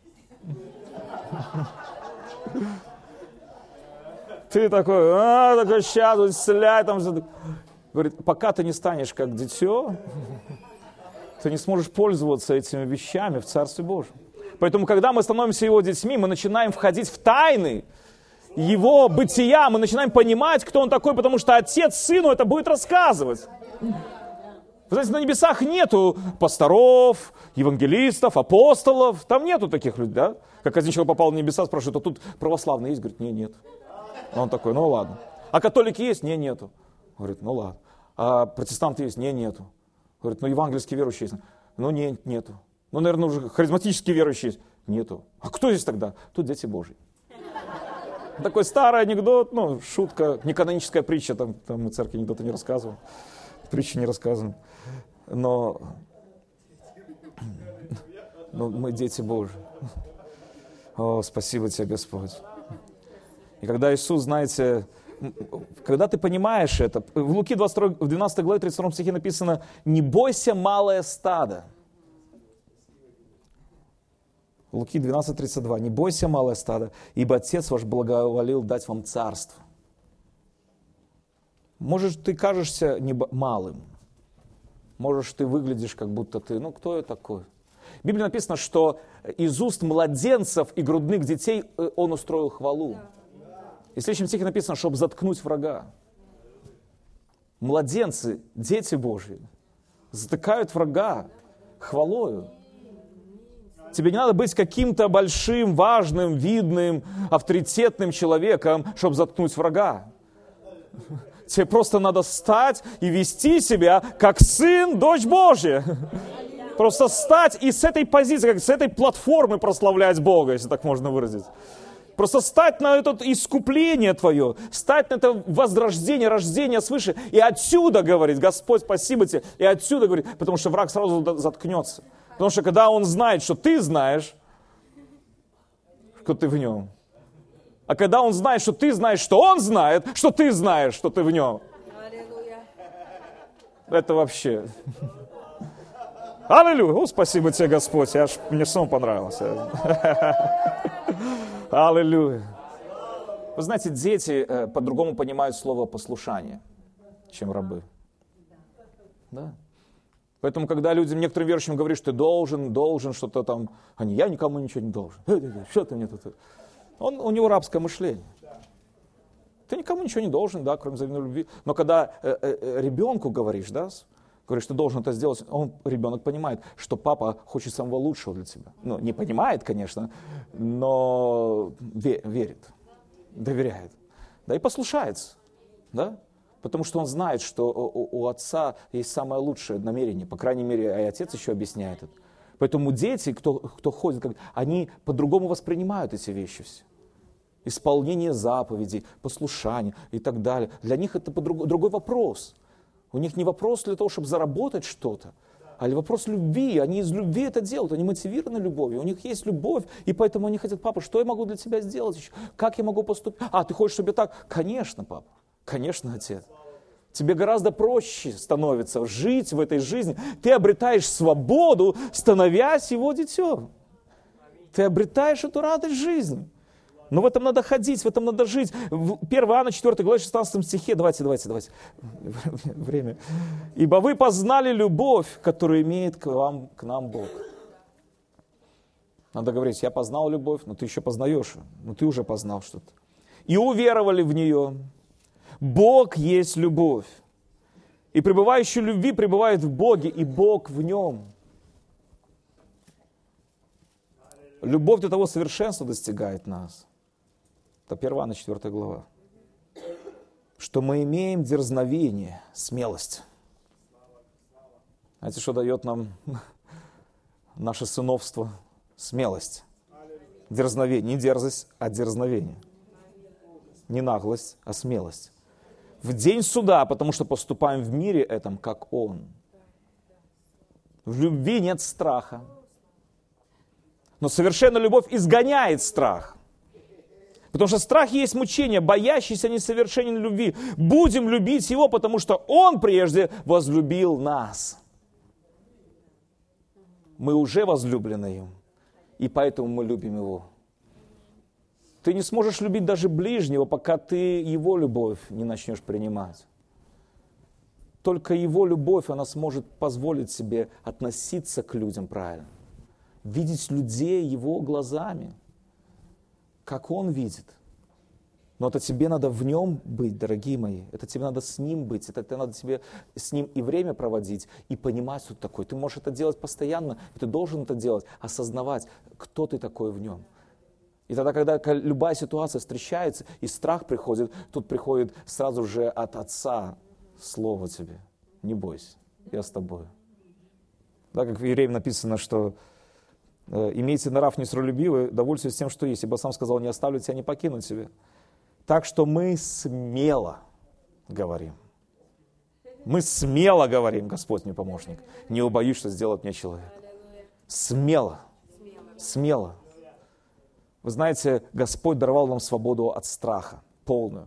Ты такой, сейчас исцеляй там. Говорит, пока ты не станешь как дитё, ты не сможешь пользоваться этими вещами в Царстве Божьем. Поэтому, когда мы становимся Его детьми, мы начинаем входить в тайны Его бытия, мы начинаем понимать, кто Он такой, потому что Отец Сыну это будет рассказывать. Вы знаете, на небесах нету пасторов, евангелистов, апостолов, там нету таких людей, да? Как один человек попал на небеса, спрашивает, а тут православные есть? Говорит, нет. Он такой, ну ладно. А католики есть? Нету. Говорит, ну ладно. А протестанты есть? Нету. Говорит, ну евангельские верующие есть? Ну нету. Ну, наверное, уже харизматические верующие есть? Нету. А кто здесь тогда? Тут дети Божьи. Такой старый анекдот, шутка, неканоническая притча, там мы в церкви анекдоты не рассказываем, притчи не рассказываем. Но мы дети Божьи. О, спасибо тебе, Господь. И когда Иисус, знаете, когда ты понимаешь это, в Луки 22, в 12 главе 32 стихе написано, «Не бойся, малое стадо». Луки 12:32. «Не бойся, малое стадо, ибо Отец ваш благоволил дать вам царство». Может, ты кажешься малым. Может, ты выглядишь, как будто ты, кто я такой? В Библии написано, что из уст младенцев и грудных детей Он устроил хвалу. И в следующем стихе написано, чтобы заткнуть врага. Младенцы, дети Божьи, затыкают врага хвалою. Тебе не надо быть каким-то большим, важным, видным, авторитетным человеком, чтобы заткнуть врага. Тебе просто надо встать и вести себя как сын, дочь Божья. Просто встать и с этой позиции, с этой платформы прославлять Бога, если так можно выразить. Просто стать на это искупление твое, стать на это возрождение, рождение свыше. И отсюда говорить, Господь, спасибо тебе. И отсюда говорить, потому что враг сразу заткнется. Потому что когда он знает, что ты знаешь, что ты в нем. А когда он знает, что ты знаешь, что он знает, что ты знаешь, что ты в нем. Это вообще... Аллилуйя! О, спасибо тебе, Господь. Мне сам понравился. Аллилуйя! Вы знаете, дети по-другому понимают слово «послушание», чем рабы. Да? Поэтому, когда людям, некоторым верующим говорят, что ты должен что-то там, они, я никому ничего не должен. Что ты мне тут? У него рабское мышление. Ты никому ничего не должен, да, кроме взаимной любви. Но когда ребенку говоришь, да, говоришь, ты должен это сделать, ребенок понимает, что папа хочет самого лучшего для тебя. Не понимает, конечно, но верит, доверяет, да, и послушается, да, потому что он знает, что у отца есть самое лучшее намерение, по крайней мере, и отец еще объясняет это. Поэтому дети, кто ходит, они по-другому воспринимают эти вещи все. Исполнение заповедей, послушание и так далее. Для них это другой вопрос. У них не вопрос для того, чтобы заработать что-то. А вопрос любви, они из любви это делают, они мотивированы любовью, у них есть любовь, и поэтому они хотят: папа, что я могу для тебя сделать еще? Как я могу поступить? А, ты хочешь, чтобы я так? Конечно, папа, конечно, отец. Тебе гораздо проще становится жить в этой жизни. Ты обретаешь свободу, становясь его детем. Ты обретаешь эту радость жизни. Но в этом надо ходить, в этом надо жить. 1 Иоанна 4 глава 16 стихе, давайте. Время. «Ибо вы познали любовь, которую имеет к нам Бог». Надо говорить: я познал любовь, но ты еще познаешь, но ты уже познал что-то. «И уверовали в нее». Бог есть любовь. И пребывающий в любви пребывает в Боге, и Бог в нем. Любовь до того совершенства достигает нас. Это 1 Иоанна 4 глава. Что мы имеем дерзновение, смелость. Знаете, что дает нам наше сыновство? Смелость. Дерзновение. Не дерзость, а дерзновение. Не наглость, а смелость. В день суда, потому что поступаем в мире этом, как Он. В любви нет страха. Но совершенная любовь изгоняет страх. Потому что страх есть мучение, боящийся несовершенен любви. Будем любить Его, потому что Он прежде возлюбил нас. Мы уже возлюблены Им, и поэтому мы любим Его. Ты не сможешь любить даже ближнего, пока ты Его любовь не начнешь принимать. Только Его любовь, она сможет позволить себе относиться к людям правильно. Видеть людей Его глазами, как Он видит. Но это тебе надо в Нем быть, дорогие мои. Это тебе надо с Ним быть. Это надо тебе с Ним и время проводить, и понимать, кто ты такой. Ты можешь это делать постоянно, и ты должен это делать, осознавать, кто ты такой в Нем. И тогда, когда любая ситуация встречается, и страх приходит, тут приходит сразу же от Отца слово тебе: не бойся, я с тобой. Да, как в Иеремии написано, что имейте нрав несролюбивый, довольствуйтесь тем, что есть, ибо сам сказал: не оставлю тебя, не покину тебя. Так что мы смело говорим. Мы смело говорим: Господь мне помощник. Не убоюсь, что сделает мне человек. Смело. Смело. Вы знаете, Господь даровал нам свободу от страха, полную.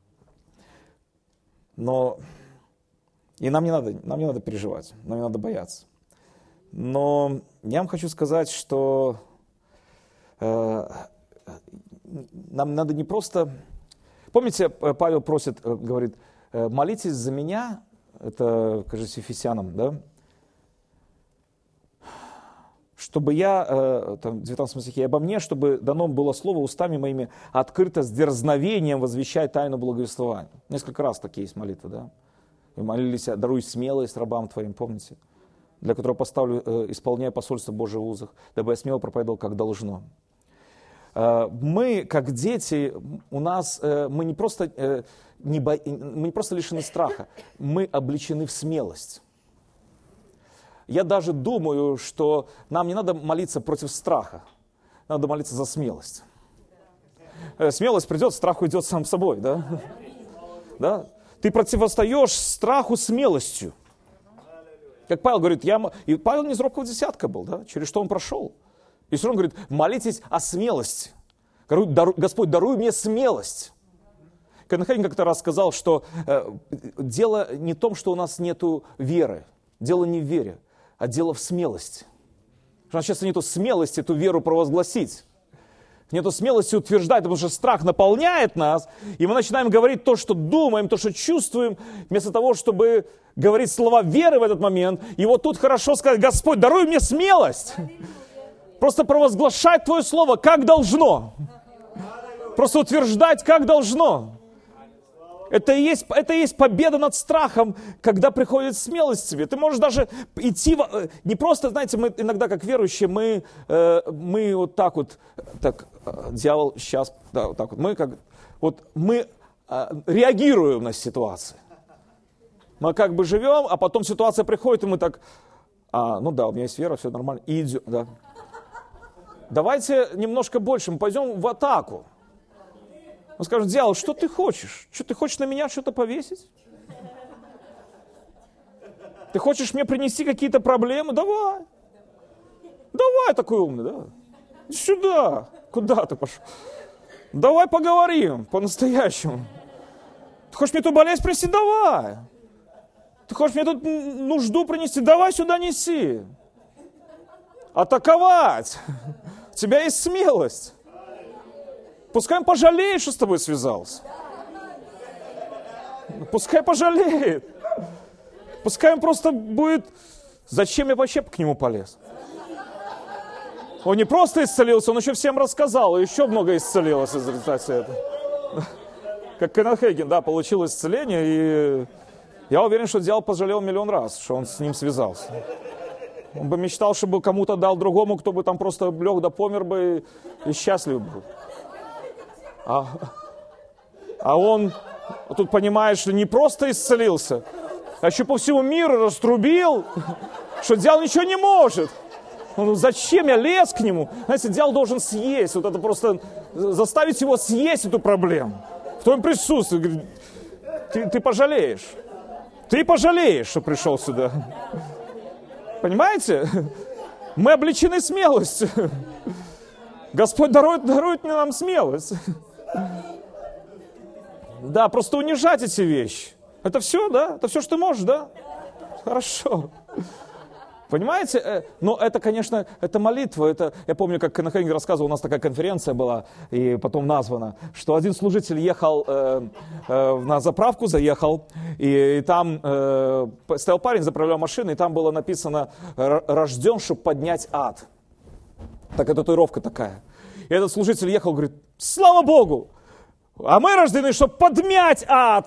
Но и нам не надо переживать, нам не надо бояться. Но я вам хочу сказать, что нам надо не просто... Помните, Павел просит, говорит: молитесь за меня, это, кажется, Ефесянам, да? Чтобы я, там, в 19 стихе, обо мне, чтобы дано было слово устами моими открыто с дерзновением возвещать тайну благовествования. Несколько раз такие есть молитвы, да? Вы молились: даруй смелость рабам твоим, помните? Для которого поставлю, исполняя посольство Божие в узах, дабы я смело проповедовал, как должно. Мы, как дети, мы не просто лишены страха, мы облечены в смелость. Я даже думаю, что нам не надо молиться против страха, надо молиться за смелость. Смелость придет, страх уйдет сам собой, да? Да? Ты противостоишь страху смелостью. Как Павел говорит, и Павел не из робкого десятка был, да? Через что он прошел. И все равно говорит: молитесь о смелости. Господь, даруй мне смелость. Конохейн как-то раз сказал, что дело не в том, что у нас нету веры. Дело не в вере, а дело в смелости. У нас сейчас нету смелости эту веру провозгласить. Нету смелости утверждать, потому что страх наполняет нас, и мы начинаем говорить то, что думаем, то, что чувствуем, вместо того, чтобы говорить слова веры в этот момент. И вот тут хорошо сказать: Господь, даруй мне смелость. Просто провозглашать Твое Слово, как должно. Просто утверждать, как должно. Это и есть победа над страхом, когда приходит смелость в тебе. Ты можешь даже идти, не просто, знаете, мы иногда, как верующие, мы вот так вот, так, дьявол, сейчас, да, вот так вот, мы реагируем на ситуации. Мы как бы живем, а потом ситуация приходит, и мы так: ну да, у меня есть вера, все нормально, и идем, да. Давайте немножко больше, мы пойдем в атаку. Он скажет: дьявол, что ты хочешь? Что ты хочешь на меня что-то повесить? Ты хочешь мне принести какие-то проблемы? Давай. Давай, такой умный, да? Сюда. Куда ты пошел? Давай поговорим по-настоящему. Ты хочешь мне тут болезнь принести? Давай. Ты хочешь мне тут нужду принести? Давай сюда неси. Атаковать. У тебя есть смелость. Пускай он пожалеет, что с тобой связался. Пускай пожалеет. Пускай он просто будет... Зачем я вообще к нему полез? Он не просто исцелился, он еще всем рассказал, и еще много исцелилось из результата этого. Как Кеннет Хейгин, да, получил исцеление, и я уверен, что дьявол пожалел миллион раз, что он с ним связался. Он бы мечтал, чтобы кому-то дал другому, кто бы там просто лег да помер бы и счастлив был. А он тут понимает, что не просто исцелился, а еще по всему миру раструбил, что дьявол ничего не может. Ну, зачем я лез к нему? Знаете, дьявол должен съесть, вот это просто заставить его съесть эту проблему. В твоем присутствии. Говорит, ты пожалеешь. Ты пожалеешь, что пришел сюда. Понимаете? Мы облечены смелостью. Господь дарует нам смелость. Да, просто унижать эти вещи. Это все, да? Это все, что ты можешь, да? Хорошо. Понимаете? Но это, конечно, это молитва. Это, я помню, как Кеннет Хейгин рассказывал, у нас такая конференция была, и потом названа, что один служитель ехал на заправку, заехал, и там стоял парень, заправлял машину, и там было написано «Рожден, чтобы поднять ад». Такая татуировка такая. И этот служитель ехал, говорит, слава Богу, а мы рождены, чтобы подмять ад.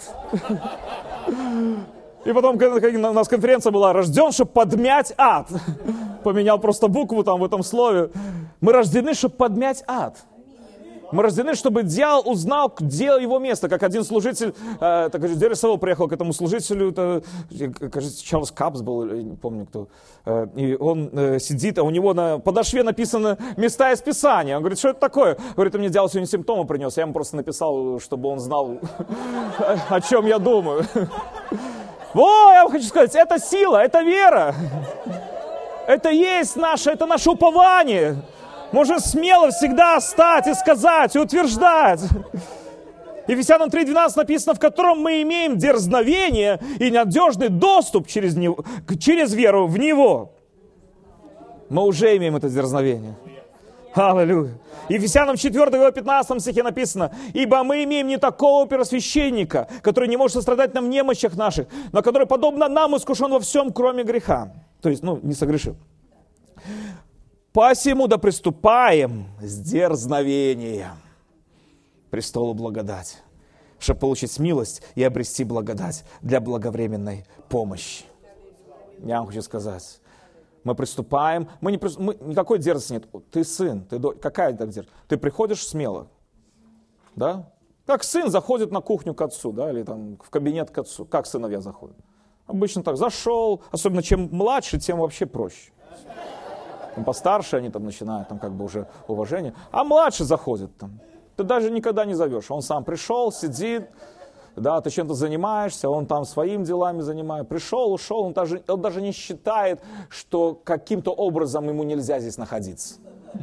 И потом у нас конференция была «Рожден, чтобы подмять ад». Поменял просто букву там в этом слове. Мы рождены, чтобы подмять ад. Мы рождены, чтобы дьявол узнал, где его место. Как один служитель, Дерри Севилл приехал к этому служителю, это, кажется, Чарльз Капс был, я не помню кто. И он сидит, а у него на подошве написано места из Писания. Он говорит, что это такое? Говорит, мне дьявол сегодня симптомы принес. Я ему просто написал, чтобы он знал, о чем я думаю. Во, я вам хочу сказать, это сила, это вера. Это есть это наше упование. Можно смело всегда встать и сказать, и утверждать. Ефесянам 3:12 написано, в котором мы имеем дерзновение и надежный доступ через веру в Него. Мы уже имеем это дерзновение. Аллилуйя. Ефесянам 4 глава 15 стихе написано, «Ибо мы имеем не такого первосвященника, который не может сострадать нам в немощах наших, но который, подобно нам, искушен во всем, кроме греха». То есть, не согрешил. «Посему да приступаем с дерзновением к престолу благодати, чтобы получить милость и обрести благодать для благовременной помощи». Я вам хочу сказать, мы приступаем, никакой дерзости нет. Ты сын, какая это дерзость? Ты приходишь смело, да? Как сын заходит на кухню к отцу, да, или там в кабинет к отцу. Как сыновья заходят? Обычно так, зашел, особенно чем младше, тем вообще проще. Постарше они там начинают, там как бы уже уважение. А младший заходит там. Ты даже никогда не зовешь. Он сам пришел, сидит, да, ты чем-то занимаешься, он там своими делами занимается. Пришел, ушел, он даже не считает, что каким-то образом ему нельзя здесь находиться.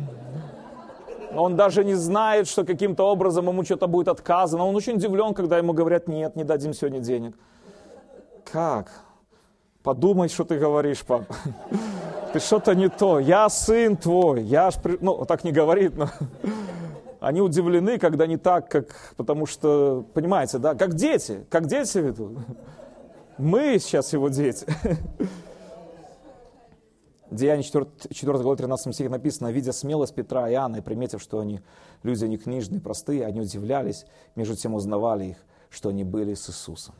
Он даже не знает, что каким-то образом ему что-то будет отказано. Он очень удивлен, когда ему говорят, нет, не дадим сегодня денег. Как? Подумай, что ты говоришь, папа. Ты что-то не то. Я сын твой. Так не говорит, но... Они удивлены, когда не так, потому что, понимаете, да, как дети ведут. Мы сейчас его дети. Деяние 4 глава 13 стихе написано, видя смелость Петра и Иоанна, и приметив, что люди не книжные, простые, они удивлялись, между тем узнавали их, что они были с Иисусом.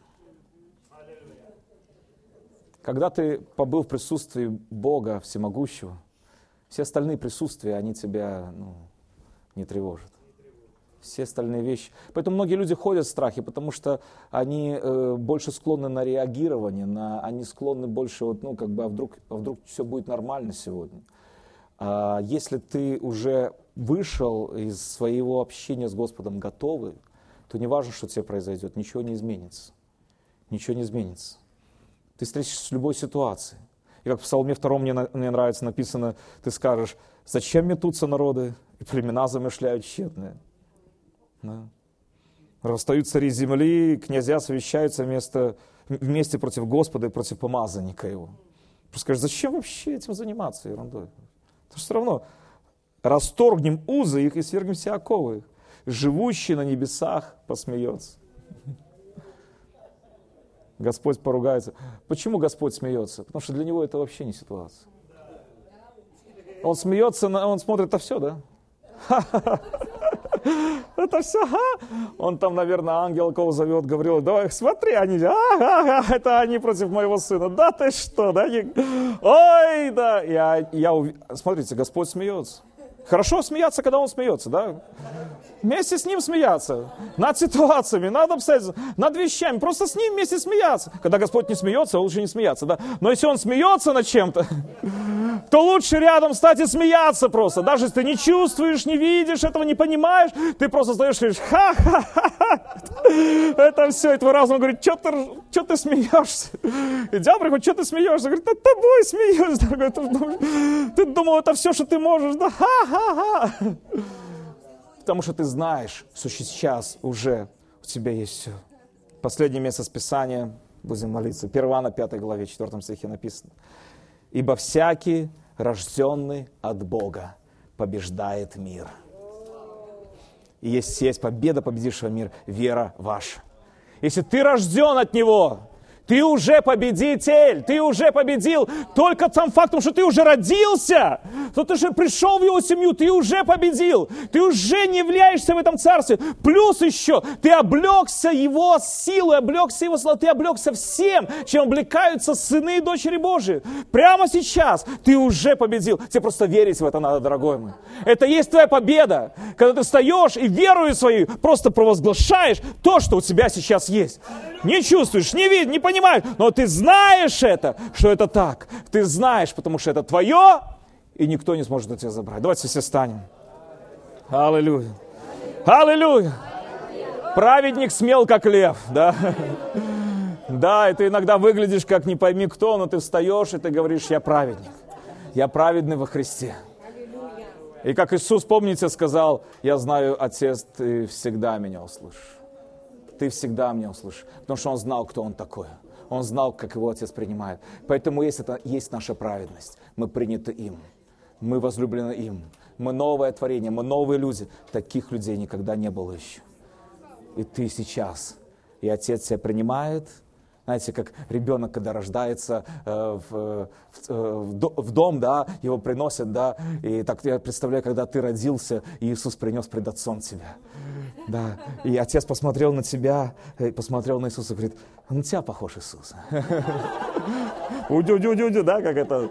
Когда ты побыл в присутствии Бога Всемогущего, все остальные присутствия, они тебя не тревожат. Все остальные вещи. Поэтому многие люди ходят в страхе, потому что они больше склонны на реагирование, они склонны больше, а вдруг все будет нормально сегодня. А если ты уже вышел из своего общения с Господом готовый, то не важно, что тебе произойдет, ничего не изменится. Ничего не изменится. Ты встретишься с любой ситуацией. И как в Псалме 2 мне нравится написано, ты скажешь: зачем метутся народы, и племена замышляют тщетные. Да. Восстают цари земли, князья совещаются вместе против Господа и против помазанника его. Просто скажешь: зачем вообще этим заниматься ерундой? Потому что все равно расторгнем узы их и свергнем все оковы их. Живущий на небесах посмеется. Господь поругается. Почему Господь смеется? Потому что для него это вообще не ситуация. Он смеется, он смотрит, это все, да? Это все, Он там, наверное, ангел кого зовет, говорил: давай, смотри, они, это они против моего сына. Да ты что, да? Ой, да. Смотрите, Господь смеется. Хорошо смеяться, когда Он смеется, да? Вместе с Ним смеяться. Над ситуациями, над обстоятельствами, над вещами. Просто с Ним вместе смеяться. Когда Господь не смеется, лучше не смеяться, да? Но если Он смеется над чем-то, то лучше рядом стать и смеяться просто. Даже если ты не чувствуешь, не видишь, этого не понимаешь, ты просто стоишь и говоришь: ха-ха-ха. Это все. И твой разум говорит: что ты смеешься? И дьявол приходит: что ты смеешься? Говорит: над тобой смеюсь, дорогой. Ты думал, это все, что ты можешь, да? Ха-ха-ха. Потому что ты знаешь, что сейчас уже у тебя есть все. Последнее место Писания, будем молиться. 1 Иоанна 5 главе, 4 стихе написано: «Ибо всякий, рожденный от Бога, побеждает мир». И есть победа победившего мир, вера ваша. Если ты рожден от Него, ты уже победитель, ты уже победил. Только тем фактом, что ты уже родился, что ты уже пришел в его семью, ты уже победил. Ты уже не являешься в этом царстве. Плюс еще, ты облегся его силой, облегся его славой, ты облегся всем, чем облекаются сыны и дочери Божии. Прямо сейчас ты уже победил. Тебе просто верить в это надо, дорогой мой. Это есть твоя победа. Когда ты встаешь и верою своей просто провозглашаешь то, что у тебя сейчас есть. Не чувствуешь, не видишь, не понимаешь, но ты знаешь это, что это так. Ты знаешь, потому что это твое, и никто не сможет от тебя забрать. Давайте все станем. Аллилуйя. Аллилуйя. Праведник смел, как лев, да? Да, и ты иногда выглядишь, как не пойми кто, но ты встаешь, и ты говоришь: я праведник. Я праведный во Христе. И как Иисус, помните, сказал: я знаю, Отец, ты всегда меня услышишь. Ты всегда меня услышишь, потому что Он знал, кто Он такой. Он знал, как Его Отец принимает. Поэтому есть наша праведность. Мы приняты Им. Мы возлюблены Им. Мы новое творение, мы новые люди. Таких людей никогда не было еще. И ты сейчас. И Отец тебя принимает. Знаете, как ребенок, когда рождается в дом, да, его приносят, да. И так я представляю, когда ты родился, и Иисус принес пред Отцом тебя. Да, и Отец посмотрел на тебя, посмотрел на Иисуса и говорит: на тебя похож Иисус. Удю-дю-дю-дю, да, как это?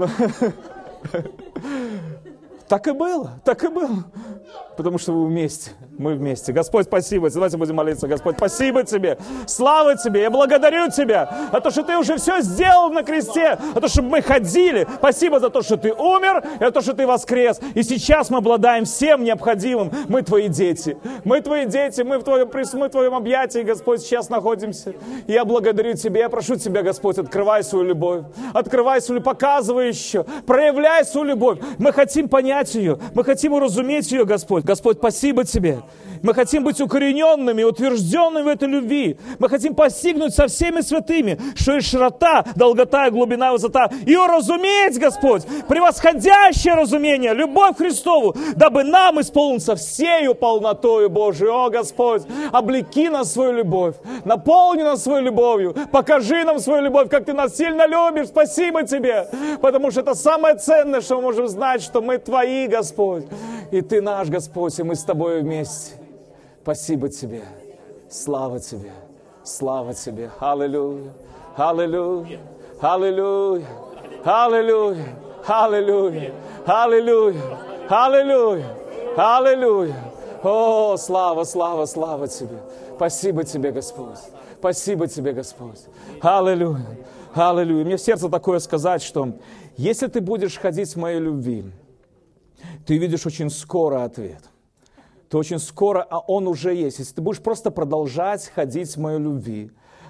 Так и было, так и было. Потому что вы вместе, мы вместе. Господь, спасибо. Давайте будем молиться. Господь, спасибо Тебе. Слава Тебе. Я благодарю Тебя за то, что Ты уже все сделал на кресте. За то, чтобы мы ходили. Спасибо за то, что Ты умер, и за то, что Ты воскрес. И сейчас мы обладаем всем необходимым. Мы Твои дети. Мы Твои дети. Мы в Твоем объятии, Господь, сейчас находимся. И я благодарю Тебя. Я прошу Тебя, Господь, открывай свою любовь. Открывай свою любовь. Показывай еще. Проявляй свою любовь. Мы хотим понять ее. Мы хотим уразуметь ее, Господь. Господь, спасибо Тебе. Мы хотим быть укорененными, утвержденными в этой любви. Мы хотим постигнуть со всеми святыми, что и широта, долгота, и глубина, и высота. И уразуметь, Господь, превосходящее разумение, любовь Христову, дабы нам исполниться всею полнотою Божией. О, Господь, облеки нас свою любовь, наполни нас свою любовью, покажи нам свою любовь, как Ты нас сильно любишь. Спасибо Тебе, потому что это самое ценное, что мы можем знать, что мы Твои, Господь, и Ты наш, Господь, и мы с Тобой вместе. Спасибо Тебе. Слава Тебе. Слава Тебе. Аллилуйя. Аллилуйя. Аллилуйя. Аллилуйя. Аллилуйя. Аллилуйя. Аллилуйя. Аллилуйя. О, слава, слава, слава Тебе. Спасибо Тебе, Господь. Спасибо Тебе, Господь. Аллилуйя. Аллилуйя. Мне в сердце такое сказать, что если ты будешь ходить в моей любви, ты видишь очень скоро ответ. Ты очень скоро, а он уже есть. Если ты будешь просто продолжать ходить в моей любви,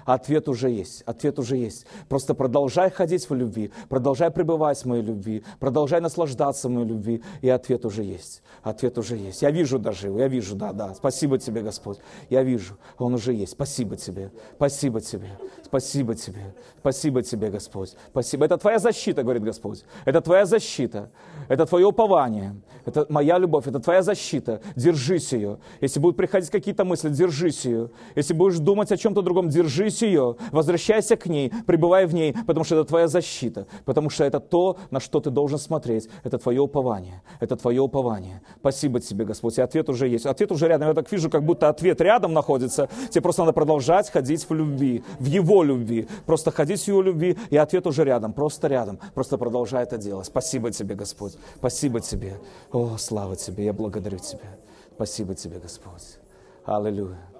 Ответ уже есть, ответ уже есть. Просто продолжай ходить в любви, продолжай пребывать в моей любви, продолжай наслаждаться в моей любви, и ответ уже есть. Ответ уже есть. Я вижу даже его, я вижу, да. Спасибо тебе, Господь. Я вижу, он уже есть. Спасибо тебе, спасибо тебе, спасибо тебе, спасибо тебе, Господь. Спасибо. Это твоя защита, говорит Господь. Это твоя защита, это твое упование, это моя любовь, это твоя защита. Держись ее. Если будут приходить какие-то мысли, держись ее. Если будешь думать о чем-то другом, держись ее. Возвращайся к ней, пребывай в ней, потому что это твоя защита. Потому что это то, на что ты должен смотреть. Это твое упование. Это твое упование. Спасибо тебе, Господь. И ответ уже есть. Ответ уже рядом. Я так вижу, как будто ответ рядом находится. Тебе просто надо продолжать ходить в любви, в Его любви. Просто ходить в Его любви, и ответ уже рядом, просто рядом. Просто продолжай это делать. Спасибо тебе, Господь. Спасибо тебе. О, слава тебе. Я благодарю тебя. Спасибо тебе, Господь. Аллилуйя.